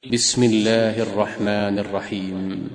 بسم الله الرحمن الرحيم.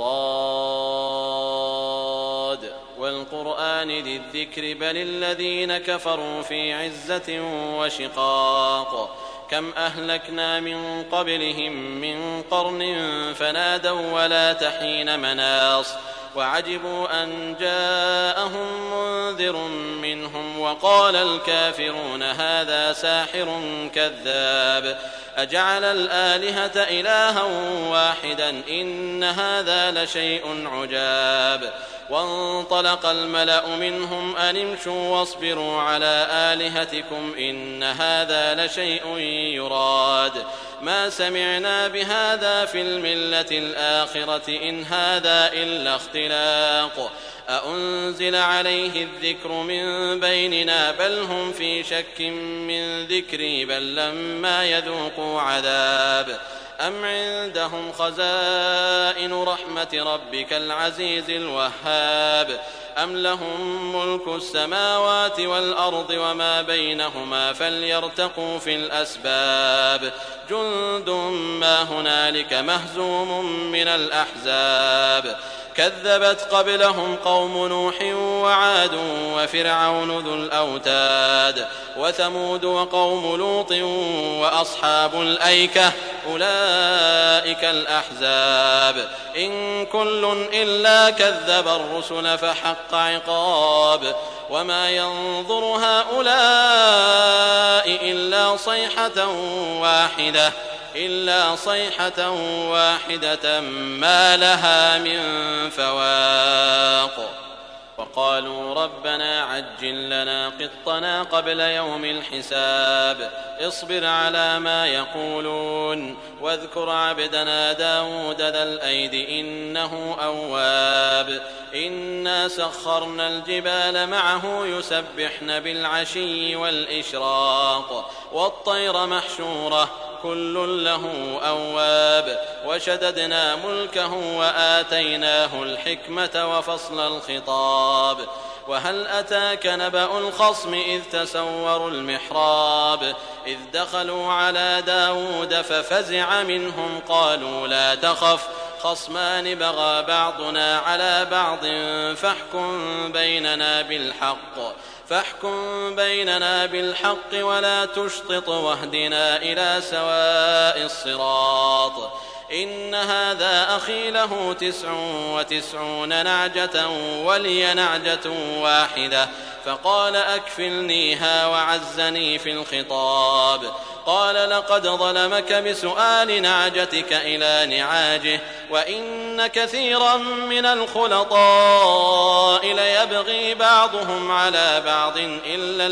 صاد والقرآن ذي الذكر بل الذين كفروا في عزة وشقاق كم أهلكنا من قبلهم من قرن فنادوا ولا تحين مناص وعجبوا أن جاءهم منذر منهم وقال الكافرون هذا ساحر كذاب أجعل الآلهة إلها واحدا إن هذا لشيء عجاب وانطلق الملأ منهم أن امشوا واصبروا على آلهتكم إن هذا لشيء يراد ما سمعنا بهذا في الملة الآخرة إن هذا إلا اختلاق أأنزل عليه الذكر من بيننا بل هم في شك من ذكري بل لما يذوقوا عذاب أم عندهم خزائن رحمة ربك العزيز الوهاب أم لهم ملك السماوات والأرض وما بينهما فليرتقوا في الأسباب جند ما هنالك مهزوم من الأحزاب كذبت قبلهم قوم نوح وعاد وفرعون ذو الأوتاد وثمود وقوم لوط وأصحاب الأيكة أولئك الأحزاب إن كل إلا كذب الرسل فحق عقاب وما ينظر هؤلاء إلا صيحة واحدة ما لها من فواق وقالوا ربنا عجل لنا قطنا قبل يوم الحساب اصبر على ما يقولون واذكر عبدنا داود ذا الأيد إنه أواب إنا سخرنا الجبال معه يسبحن بالعشي والإشراق والطير محشورة كل له أواب وشددنا ملكه وآتيناه الحكمة وفصل الخطاب وهل أتاك نبأ الخصم إذ تسوروا المحراب إذ دخلوا على داود ففزع منهم قالوا لا تخف خصمان بغى بعضنا على بعض فاحكم بيننا بالحق ولا تشطط واهدنا إلى سواء الصراط إن هذا أخي له 99 نعجة ولي نعجة واحدة فقال أكفلنيها وعزني في الخطاب قال لقد ظلمك بسؤال نعجتك إلى نعاجه وإن كثيرا من الخلطاء ليبغي بعضهم على بعض إلا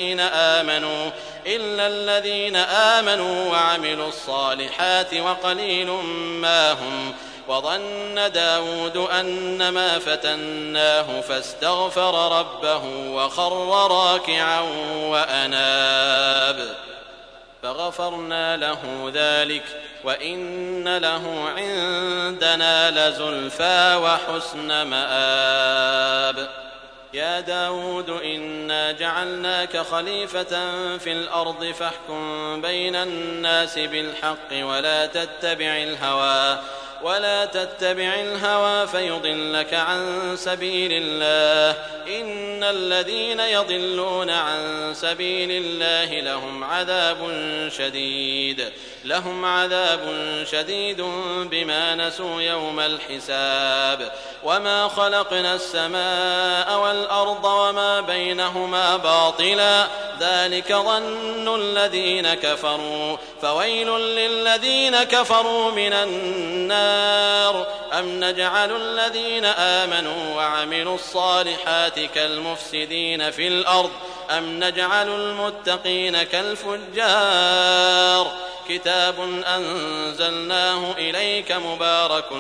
الذين آمنوا وعملوا الصالحات وقليل ما هم وظن داود أنما فتناه فاستغفر ربه وخر راكعا وأناب فغفرنا له ذلك وإن له عندنا لزلفى وحسن مآب يا داود إنا جعلناك خليفة في الأرض فاحكم بين الناس بالحق ولا تتبع الهوى فيضلك عن سبيل الله إن الذين يضلون عن سبيل الله لهم عذاب شديد بما نسوا يوم الحساب وما خلقنا السماء والأرض وما بينهما باطلا ذلك ظن الذين كفروا فويل للذين كفروا من النار أم نجعل الذين آمنوا وعملوا الصالحات كالمفسدين في الأرض أم نجعل المتقين كالفجار كتاب أنزلناه إليك مبارك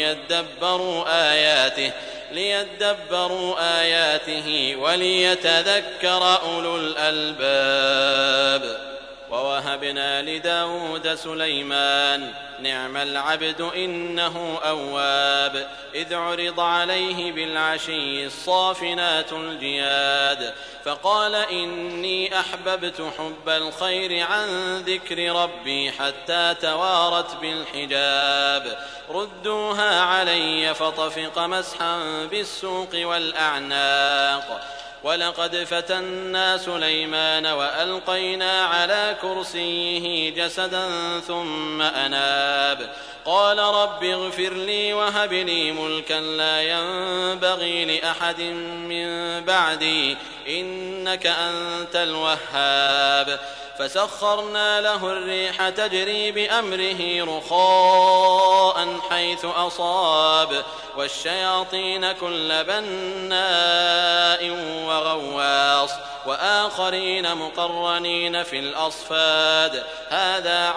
ليدبروا آياته وليتذكر أولو الألباب ووهبنا لداود سليمان نعم العبد إنه أواب إذ عرض عليه بالعشي الصافنات الجياد فقال إني أحببت حب الخير عن ذكر ربي حتى توارت بالحجاب ردوها علي فطفق مسحا بالسوق والأعناق ولقد فتنا سليمان وألقينا على كرسيه جسدا ثم أناب قال رب اغفر لي وهب لي ملكا لا ينبغي لأحد من بعدي إنك أنت الوهاب فسخرنا له الريح تجري بأمره رخاء حيث أصاب والشياطين كل بناء وغواص وآخرين مقرنين في الأصفاد هذا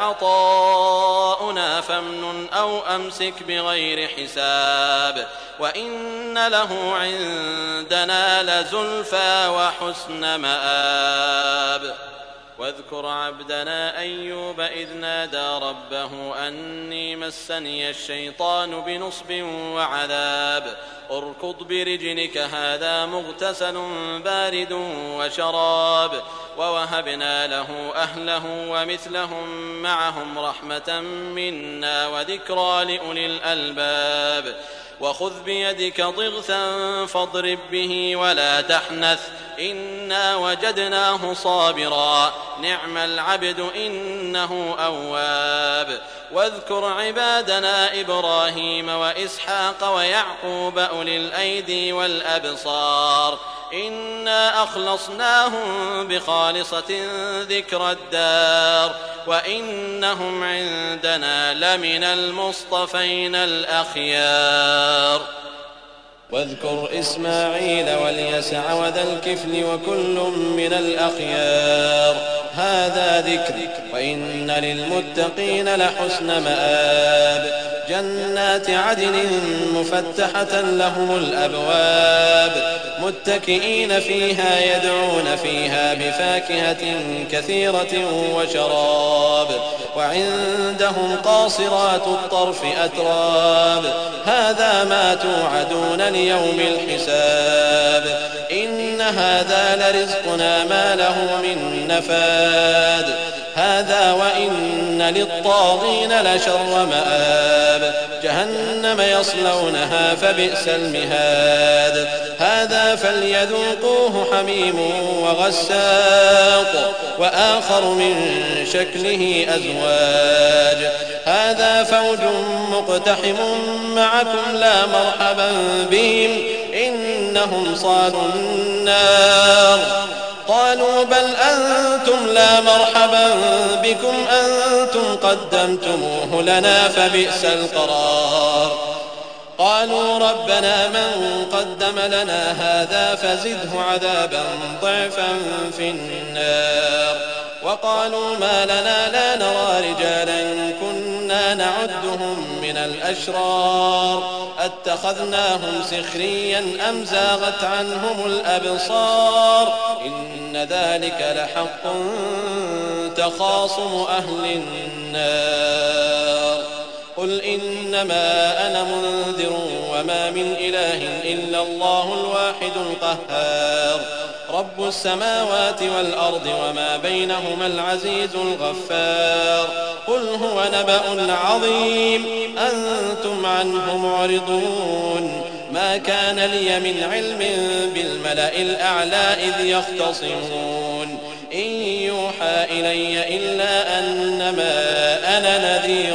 عطاؤنا فامنن أو أمسك بغير حساب وإن له عندنا لزلفى وحسن مآب واذكر عبدنا أيوب إذ نادى ربه أني مسني الشيطان بنصب وعذاب اركض برجلك هذا مغتسل بارد وشراب ووهبنا له أهله ومثلهم معهم رحمة منا وذكرى لأولي الألباب وخذ بيدك ضغثا فاضرب به ولا تحنث إنا وجدناه صابرا نعم العبد إنه أواب واذكر عبادنا إبراهيم وإسحاق ويعقوب أولي الأيدي والأبصار إنا أخلصناهم بخالصة ذكر الدار وإنهم عندنا لمن المصطفين الأخيار واذكر إسماعيل واليسع وذا الكفل وكل من الأخيار هذا ذكر وإن للمتقين لحسن مآب جنات عدن مفتحة لهم الأبواب متكئين فيها يدعون فيها بفاكهة كثيرة وشراب وعندهم قاصرات الطرف أتراب هذا ما توعدون ليوم الحساب إن هذا لرزقنا ما له من نفاد هذا وإن للطاغين لشر مآب جهنم يصلونها فبئس المهاد هذا فليذوقوه حميم وغساق وآخر من شكله أزواج هذا فوج مقتحم معكم لا مرحبا بهم إنهم صالوا النار قالوا بل أنتم لا مرحبا بكم أنتم قدمتموه لنا فبئس القرار قالوا ربنا من قدم لنا هذا فزده عذابا ضعفا في النار وقالوا ما لنا لا نرى رجالا كنا نعدهم من الأشرار أتخذناهم سخريا أم زاغت عنهم الأبصار إن ذلك لحق تخاصم أهل النار قل إنما أنا منذر وما من إله إلا الله الواحد القهار رب السماوات والأرض وما بينهما العزيز الغفار قل هو نبأ عظيم أنتم عنه معرضون ما كان لي من علم بالملأ الأعلى إذ يختصمون إن يوحى إلي إلا أنما أنا نذير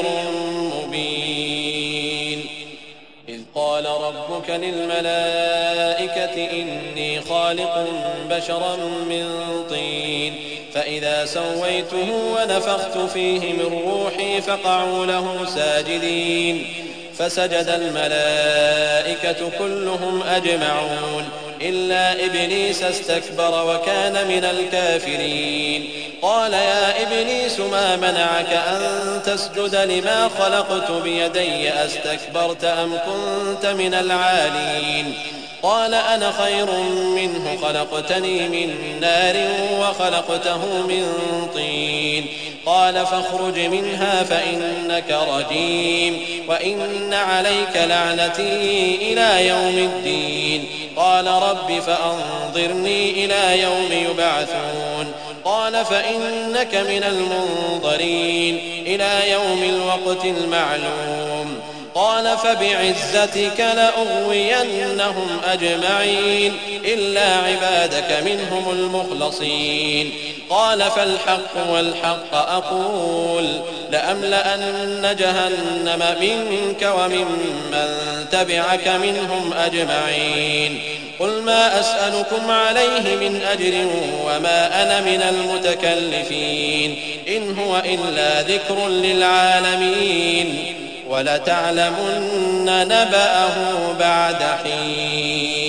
مبين إذ قال ربك للملائكة إني خالق بشرا من طين فإذا سويته ونفخت فيه من روحي فقعوا له ساجدين فسجد الملائكة كلهم أجمعون إلا إبليس استكبر وكان من الكافرين قال يا إبليس ما منعك أن تسجد لما خلقت بيدي أستكبرت أم كنت من العالين قال أنا خير منه خلقتني من نار وخلقته من طين قال فاخرج منها فإنك رجيم وإن عليك لعنتي إلى يوم الدين قال رب فأنظرني إلى يوم يبعثون قال فإنك من المنظرين إلى يوم الوقت المعلوم قال فبعزتك لأغوينهم أجمعين إلا عبادك منهم المخلصين قال فالحق والحق أقول لأملأن جهنم منك وممن تبعك منهم أجمعين قل ما أسألكم عليه من أجر وما أنا من المتكلفين إن هو إلا ذكر للعالمين ولتعلمن نبأه بعد حين